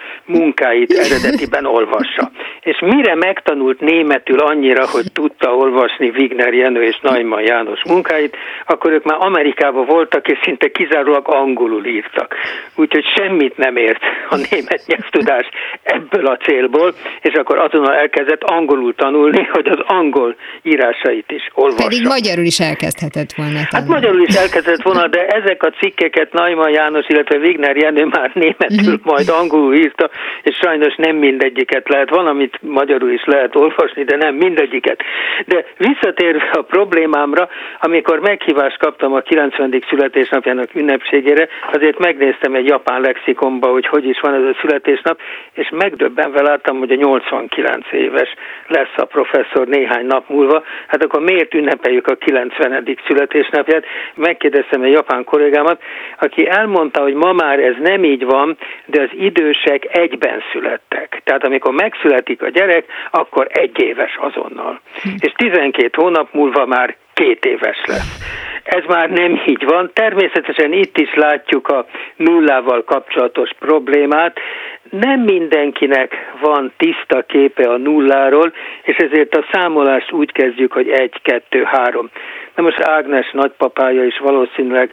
munkáit eredetiben olvassa. És mire megtanult németül annyira, hogy tudta olvasni Wigner Jenő és Neumann János munkáit, akkor ők már Amerikában voltak, és szinte kizárólag angolul írtak. Úgyhogy semmit nem ért a német nyelvtudás ebből a célból, és akkor azonnal elkezdett angolul tanulni, hogy az angol írásait is olvassa. Pedig magyarul is elkezdhetett volna. Hát magyarul is elkezdett volna, de ezek a cikkeket Neumann János, illetve Wigner Jenő már németül, majd angolul írta, és sajnos nem mindegyiket lehet. Van, amit magyarul is lehet olvasni, de nem mindegyiket. De visszatérve a problémámra, amikor meghívást kaptam a 90. születésnapjának ünnepségére, azért megnéztem egy japán lexikonba, hogy is van ez a születésnap, és megdöbbenve láttam, hogy a 89 éves lesz a professzor néhány nap múlva. Hát akkor miért ünnepeljük a 90. születésnapját? Megkérdeztem egy japán kollégámat, aki elmondta, hogy ma már ez nem így van, de az idősek egyben születtek. Tehát amikor megszületik a gyerek, akkor 1 éves azonnal. És 12 hónap múlva már 2 éves lesz. Ez már nem így van. Természetesen itt is látjuk a nullával kapcsolatos problémát. Nem mindenkinek van tiszta képe a nulláról, és ezért a számolást úgy kezdjük, hogy 1, 2, 3. Na most Ágnes nagypapája is valószínűleg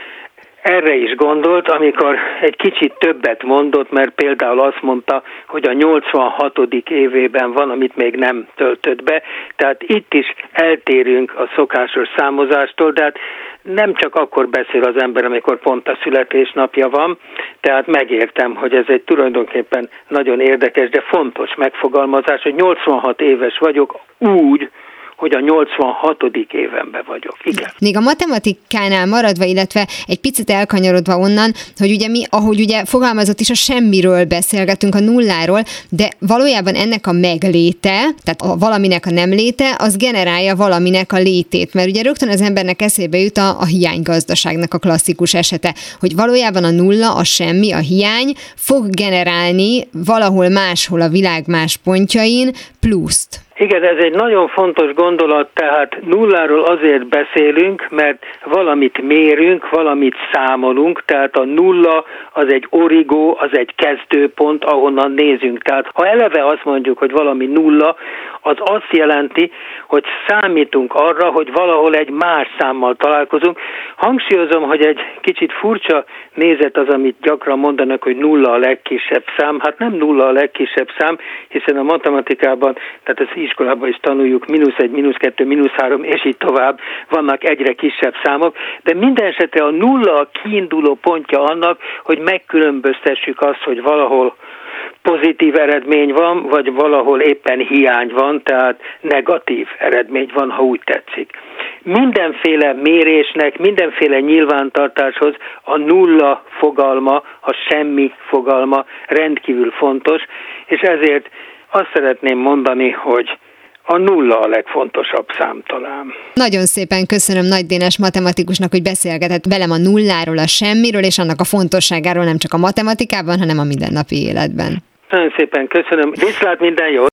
erre is gondolt, amikor egy kicsit többet mondott, mert például azt mondta, hogy a 86. évében van, amit még nem töltött be. Tehát itt is eltérünk a szokásos számozástól, de hát nem csak akkor beszél az ember, amikor pont a születésnapja van, tehát megértem, hogy ez egy tulajdonképpen nagyon érdekes, de fontos megfogalmazás, hogy 86 éves vagyok úgy, hogy a 86. évenben vagyok. Igen. Még a matematikánál maradva, illetve egy picit elkanyarodva onnan, hogy ugye mi, ahogy ugye fogalmazott is, a semmiről beszélgetünk, a nulláról, de valójában ennek a megléte, tehát a valaminek a nem léte, az generálja valaminek a létét, mert ugye rögtön az embernek eszébe jut a hiánygazdaságnak a klasszikus esete, hogy valójában a nulla, a semmi, a hiány fog generálni valahol máshol a világ más pontjain pluszt. Igen, ez egy nagyon fontos gondolat, tehát nulláról azért beszélünk, mert valamit mérünk, valamit számolunk, tehát a nulla az egy origó, az egy kezdőpont, ahonnan nézünk. Tehát ha eleve azt mondjuk, hogy valami nulla, az azt jelenti, hogy számítunk arra, hogy valahol egy más számmal találkozunk. Hangsúlyozom, hogy egy kicsit furcsa nézet az, amit gyakran mondanak, hogy nulla a legkisebb szám. Hát nem nulla a legkisebb szám, hiszen a matematikában, tehát az iskolában is tanuljuk, -1, -2, -3, és így tovább, vannak egyre kisebb számok, de minden esetre a nulla a kiinduló pontja annak, hogy megkülönböztessük azt, hogy valahol pozitív eredmény van, vagy valahol éppen hiány van, tehát negatív eredmény van, ha úgy tetszik. Mindenféle mérésnek, mindenféle nyilvántartáshoz a nulla fogalma, a semmi fogalma rendkívül fontos, és ezért azt szeretném mondani, hogy a nulla a legfontosabb szám talán. Nagyon szépen köszönöm Nagy Dénes matematikusnak, hogy beszélgetett velem a nulláról, a semmiről, és annak a fontosságáról nem csak a matematikában, hanem a mindennapi életben. Nagyon szépen köszönöm. Viszlát, minden jót!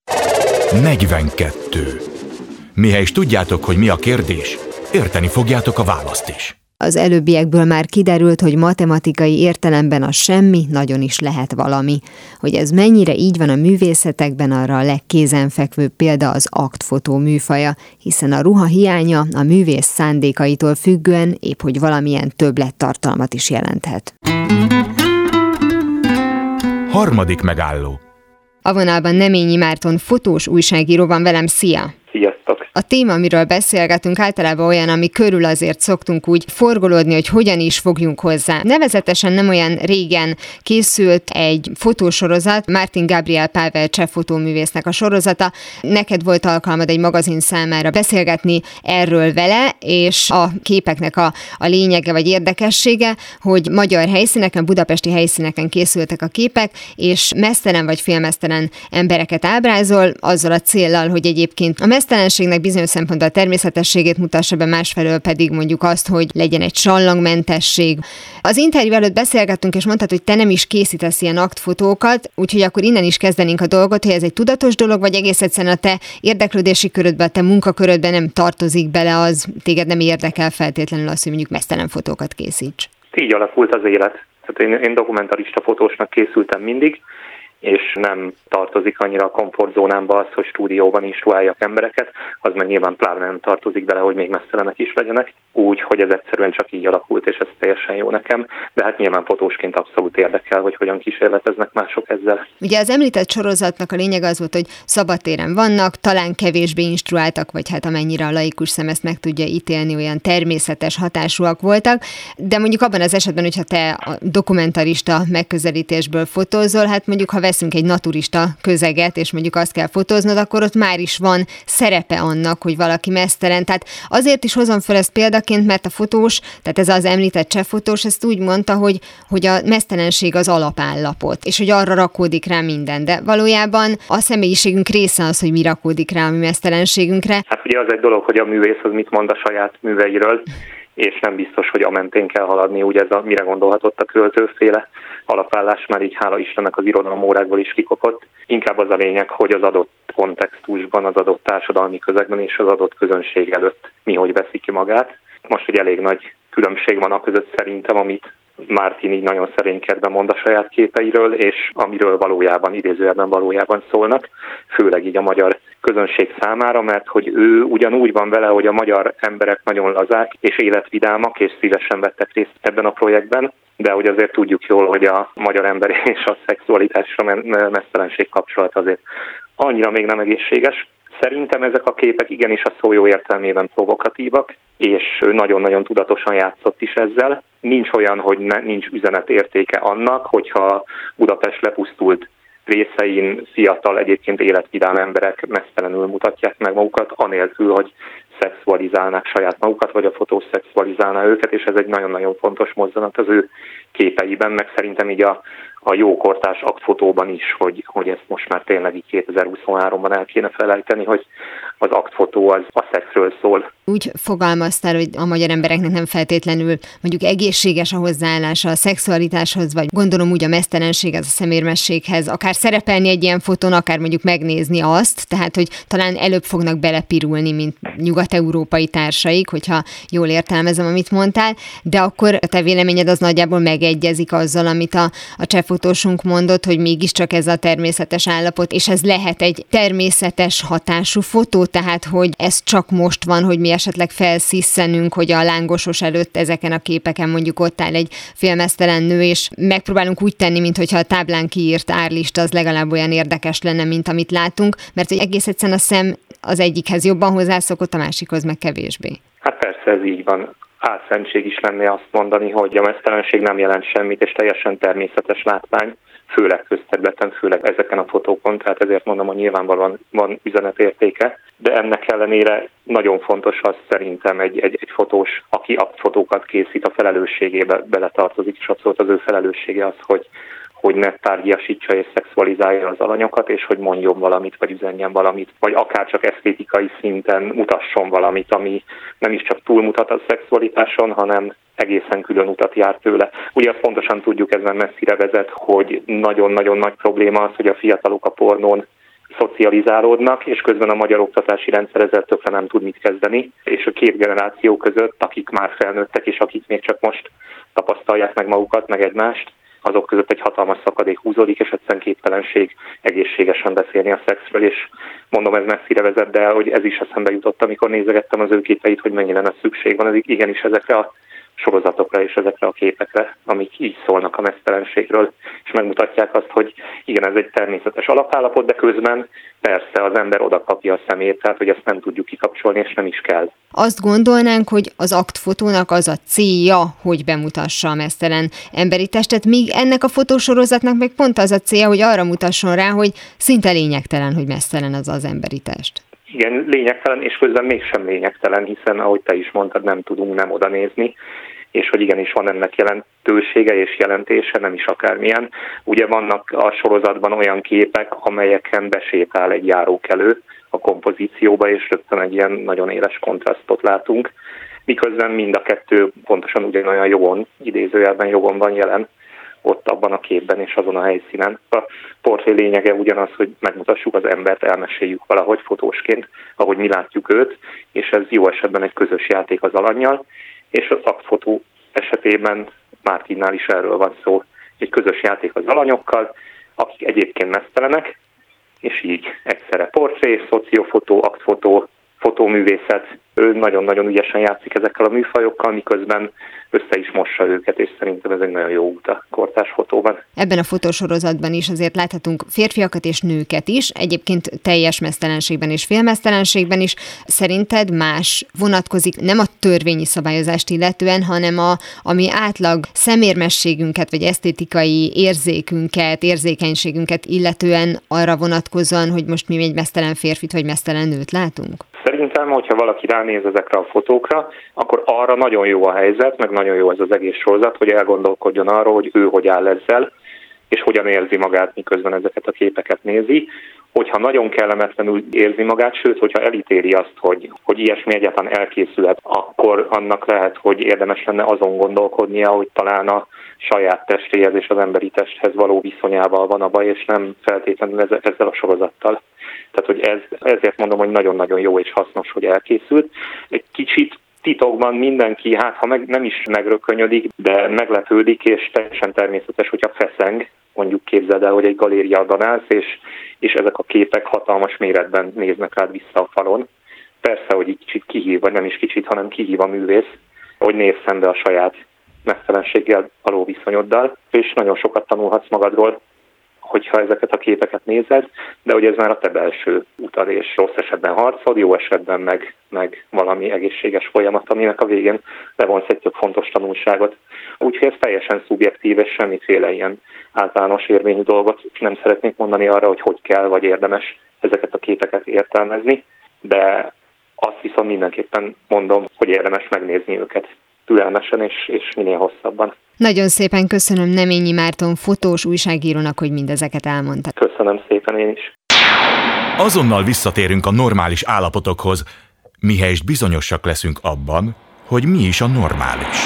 42. Mihe is tudjátok, hogy mi a kérdés, érteni fogjátok a választ is. Az előbbiekből már kiderült, hogy matematikai értelemben a semmi nagyon is lehet valami. Hogy ez mennyire így van a művészetekben, arra a legkézenfekvőbb példa az aktfotó műfaja, hiszen a ruha hiánya a művész szándékaitól függően épp hogy valamilyen többlettartalmat is jelenthet. 3. megálló. A vonalban Neményi Márton fotós újságíró van velem, szia! Sziasztok! A téma, amiről beszélgetünk, általában olyan, ami körül azért szoktunk úgy forgolódni, hogy hogyan is fogjunk hozzá. Nevezetesen nem olyan régen készült egy fotósorozat, Martin Gabriel Pavel cseh fotóművésznek a sorozata. Neked volt alkalmad egy magazin számára beszélgetni erről vele, és a képeknek a lényege vagy érdekessége, hogy magyar helyszíneken, budapesti helyszíneken készültek a képek, és meztelen vagy félmeztelen embereket ábrázol, azzal a céllal, hogy egyébként a meztelenségnek bizonyos szempontból a természetességét mutassa be, másfelől pedig mondjuk azt, hogy legyen egy sallangmentesség. Az interjú előtt beszélgettünk, és mondtad, hogy te nem is készítesz ilyen aktfotókat, úgyhogy akkor innen is kezdenénk a dolgot, hogy ez egy tudatos dolog, vagy egész egyszerűen a te érdeklődési körödben, a te munkakörödben nem tartozik bele az, téged nem érdekel feltétlenül az, hogy mondjuk meztelen fotókat készíts. Így alakult az élet. Tehát én dokumentarista fotósnak készültem mindig, és nem tartozik annyira a komfortzónámba az, hogy stúdióban instruáljak embereket, az meg nyilván pláne nem tartozik bele, hogy még messzelenek is legyenek. Úgyhogy ez egyszerűen csak így alakult, és ez teljesen jó nekem, de hát nyilván fotósként abszolút érdekel, hogy hogyan kísérleteznek mások ezzel. Ugye az említett sorozatnak a lényeg az volt, hogy szabadtéren vannak, talán kevésbé instruáltak, vagy hát amennyire a laikus szem ezt meg tudja ítélni, olyan természetes hatásúak voltak, de mondjuk abban az esetben, hogyha te a dokumentarista megközelítésből fotózol, hát mondjuk ha veszünk egy naturista közeget, és mondjuk azt kell fotóznod, akkor ott már is van szerepe annak, hogy valaki meztelen. Tehát azért is hozom fel ezt példaként, mert a fotós, tehát ez az említett csehfotós, ezt úgy mondta, hogy a meztelenség az alapállapot, és hogy arra rakódik rá minden. De valójában a személyiségünk része az, hogy mi rakódik rá a mi meztelenségünkre. Hát ugye az egy dolog, hogy a művész az mit mond a saját műveiről, és nem biztos, hogy amentén kell haladni, ugye ez mire gondolhatott a költőféle alapállás, már így hála Istennek az irodalomórákból is kikopott. Inkább az a lényeg, hogy az adott kontextusban, az adott társadalmi közegben és az adott közönség előtt mi hogy veszi ki magát. Most ugye elég nagy különbség van a között szerintem, amit Martin így nagyon szerénykedve mond a saját képeiről, és amiről valójában, idézőjelben valójában szólnak, főleg így a magyar közönség számára, mert hogy ő ugyanúgy van vele, hogy a magyar emberek nagyon lazák és életvidámak, és szívesen vettek részt ebben a projektben, de hogy azért tudjuk jól, hogy a magyar ember és a szexualitásra meztelenség kapcsolat azért annyira még nem egészséges. Szerintem ezek a képek igenis a szó jó értelmében provokatívak, és ő nagyon-nagyon tudatosan játszott is ezzel. Nincs olyan, hogy nincs üzenetértéke annak, hogyha Budapest lepusztult részein fiatal, egyébként életvidám emberek meztelenül mutatják meg magukat, anélkül, hogy szexualizálnák saját magukat, vagy a fotó szexualizálná őket, és ez egy nagyon-nagyon fontos mozzanat az ő képeiben, meg szerintem így a jókortárs aktfotóban is, hogy ezt most már tényleg így 2023-ban el kéne felejteni, hogy az aktfotó az a szexről szól. Úgy fogalmaztál, hogy a magyar embereknek nem feltétlenül mondjuk egészséges a hozzáállása a szexualitáshoz, vagy gondolom úgy a meztelenséghez, a szemérmességhez, akár szerepelni egy ilyen fotón, akár mondjuk megnézni azt, tehát hogy talán előbb fognak belepirulni, mint nyugat-európai társaik, hogyha jól értelmezem, amit mondtál, de akkor a te véleményed az nagyjából megegyezik azzal, amit a csehfotósunk mondott, hogy mégiscsak ez a természetes állapot, és ez lehet egy természetes hatású fotó, tehát hogy ez csak most van, hogy mi esetleg felszisszenünk, hogy a lángosos előtt ezeken a képeken mondjuk ott áll egy félmeztelen nő, és megpróbálunk úgy tenni, mintha a táblán kiírt árlista az legalább olyan érdekes lenne, mint amit látunk, mert hogy egész egyszerűen a szem az egyikhez jobban hozzászokott, a másikhoz meg kevésbé. Hát persze ez így van. Álszentség is lenne azt mondani, hogy a meztelenség nem jelent semmit, és teljesen természetes látvány, főleg közterületen, főleg ezeken a fotókon, tehát ezért mondom, hogy nyilvánvalóan van üzenetértéke, de ennek ellenére nagyon fontos az szerintem egy fotós, aki aktfotókat készít, a felelősségébe beletartozik, és abszolút az ő felelőssége az, hogy ne tárgyasítsa és szexualizálja az alanyokat, és hogy mondjon valamit, vagy üzenjen valamit, vagy akár csak esztétikai szinten mutasson valamit, ami nem is csak túlmutat a szexualitáson, hanem egészen külön utat jár tőle. Ugye azt pontosan tudjuk, ez már messzire vezet, hogy nagyon-nagyon nagy probléma az, hogy a fiatalok a pornón szocializálódnak, és közben a magyar oktatási rendszer ezzel tökre nem tud mit kezdeni, és a két generáció között, akik már felnőttek, és akik még csak most tapasztalják meg magukat, meg egymást, azok között egy hatalmas szakadék húzódik, és egyszerűen képtelenség egészségesen beszélni a szexről, és mondom, ez messzire vezet, de hogy ez is eszembe jutott, amikor nézegettem az ő képeit, hogy mennyire nagy szükség van, igenis ezekre a sorozatokra és ezekre a képekre, amik így szólnak a meztelenségről, és megmutatják azt, hogy igen, ez egy természetes alapállapot, de közben persze az ember oda kapja a szemét, tehát hogy ezt nem tudjuk kikapcsolni, és nem is kell. Azt gondolnánk, hogy az aktfotónak az a célja, hogy bemutassa a meztelen emberi testet, míg ennek a fotósorozatnak meg pont az a célja, hogy arra mutasson rá, hogy szinte lényegtelen, hogy meztelen az emberi test. Igen, lényegtelen, és közben mégsem lényegtelen, hiszen ahogy te is mondtad, nem tudunk nem oda nézni, és hogy igenis van ennek jelentősége és jelentése, nem is akármilyen. Ugye vannak a sorozatban olyan képek, amelyeken besétál egy járókelő, a kompozícióba, és rögtön egy ilyen nagyon éles kontrasztot látunk, miközben mind a kettő pontosan ugyanolyan jogon, idézőjelben jogon van jelen ott abban a képben és azon a helyszínen. A portré lényege ugyanaz, hogy megmutassuk az embert, elmeséljük valahogy fotósként, ahogy mi látjuk őt, és ez jó esetben egy közös játék az alannyal, és az aktfotó esetében Mártinnál is erről van szó, egy közös játék az alanyokkal, akik egyébként meztelenek, és így egyszerre portré, szociofotó, aktfotó, fotóművészet. Ő nagyon-nagyon ügyesen játszik ezekkel a műfajokkal, miközben össze is mossa őket, és szerintem ez egy nagyon jó út a kortárs fotóban. Ebben a fotósorozatban is azért láthatunk férfiakat és nőket is, egyébként teljes meztelenségben és félmeztelenségben is. Szerinted más vonatkozik nem a törvényi szabályozást illetően, hanem a mi átlag szemérmességünket, vagy esztétikai érzékünket, érzékenységünket illetően arra vonatkozóan, hogy most mi egy meztelen férfit vagy meztelen nőt látunk? Szerintem, hogyha valaki ránéz ezekre a fotókra, akkor arra nagyon jó a helyzet, meg nagyon jó ez az egész sorozat, hogy elgondolkodjon arról, hogy ő hogy áll ezzel, és hogyan érzi magát, miközben ezeket a képeket nézi. Hogyha nagyon kellemetlenül érzi magát, sőt, hogyha elítéli azt, hogy ilyesmi egyáltalán elkészülhet, akkor annak lehet, hogy érdemes lenne azon gondolkodnia, hogy talán a saját testéhez és az emberi testhez való viszonyával van a baj, és nem feltétlenül ezzel a sorozattal. Tehát, hogy ezért mondom, hogy nagyon-nagyon jó és hasznos, hogy elkészült. Egy kicsit titokban mindenki, ha nem is megrökönyödik, de meglepődik, és teljesen természetes, hogyha feszeng, mondjuk képzeld el, hogy egy galériában állsz, és ezek a képek hatalmas méretben néznek rád vissza a falon. Persze, hogy egy kicsit kihív, vagy nem is kicsit, hanem kihív a művész, hogy nézz szembe a saját meztelenséggel való viszonyoddal, és nagyon sokat tanulhatsz magadról, hogyha ezeket a képeket nézed, de hogy ez már a te belső utad, és rossz esetben harcod, jó esetben meg valami egészséges folyamat, aminek a végén levonsz egy több fontos tanulságot. Úgyhogy ez teljesen szubjektív, és semmiféle ilyen általános érvényű dolgot nem szeretnék mondani arra, hogy kell vagy érdemes ezeket a képeket értelmezni, de azt viszont mindenképpen mondom, hogy érdemes megnézni őket türelmesen és minél hosszabban. Nagyon szépen köszönöm Neményi Márton fotós újságírónak, hogy mindezeket elmondta. Köszönöm szépen én is. Azonnal visszatérünk a normális állapotokhoz, mihelyest bizonyosak leszünk abban, hogy mi is a normális.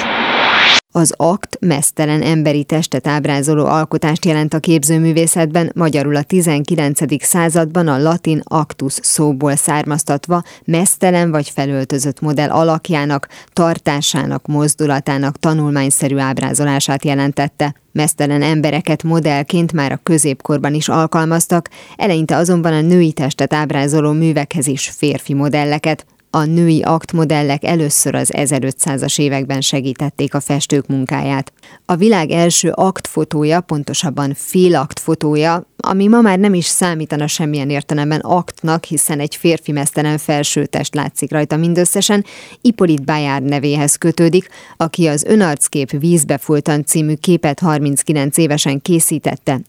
Az akt meztelen emberi testet ábrázoló alkotást jelent a képzőművészetben, magyarul a 19. században a latin actus szóból származtatva meztelen vagy felöltözött modell alakjának, tartásának, mozdulatának tanulmányszerű ábrázolását jelentette. Meztelen embereket modellként már a középkorban is alkalmaztak, eleinte azonban a női testet ábrázoló művekhez is férfi modelleket. A női aktmodellek először az 1500-as években segítették a festők munkáját. A világ első aktfotója, pontosabban félaktfotója, ami ma már nem is számítana semmilyen értelemben aktnak, hiszen egy férfi meztelen felsőtest látszik rajta mindösszesen, Hippolyte Bayard nevéhez kötődik, aki az Önarckép vízbe folytan című képet 39 évesen készítette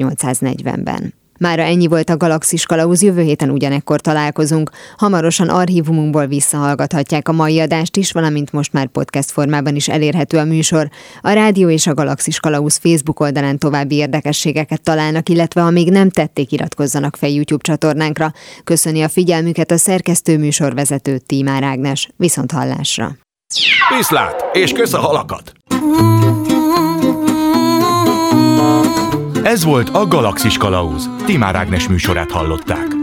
1840-ben. Mára ennyi volt a Galaxis Kalauz, jövő héten ugyanekkor találkozunk. Hamarosan archívumunkból visszahallgathatják a mai adást is, valamint most már podcast formában is elérhető a műsor. A Rádió és a Galaxis Kalauz Facebook oldalán további érdekességeket találnak, illetve ha még nem tették, iratkozzanak fel YouTube csatornánkra. Köszöni a figyelmüket a szerkesztő műsorvezető Tímár Ágnes. Viszonthallásra! Viszlát, és kösz a halakat! Ez volt a Galaxis Kalauz. Tímár Ágnes műsorát hallották.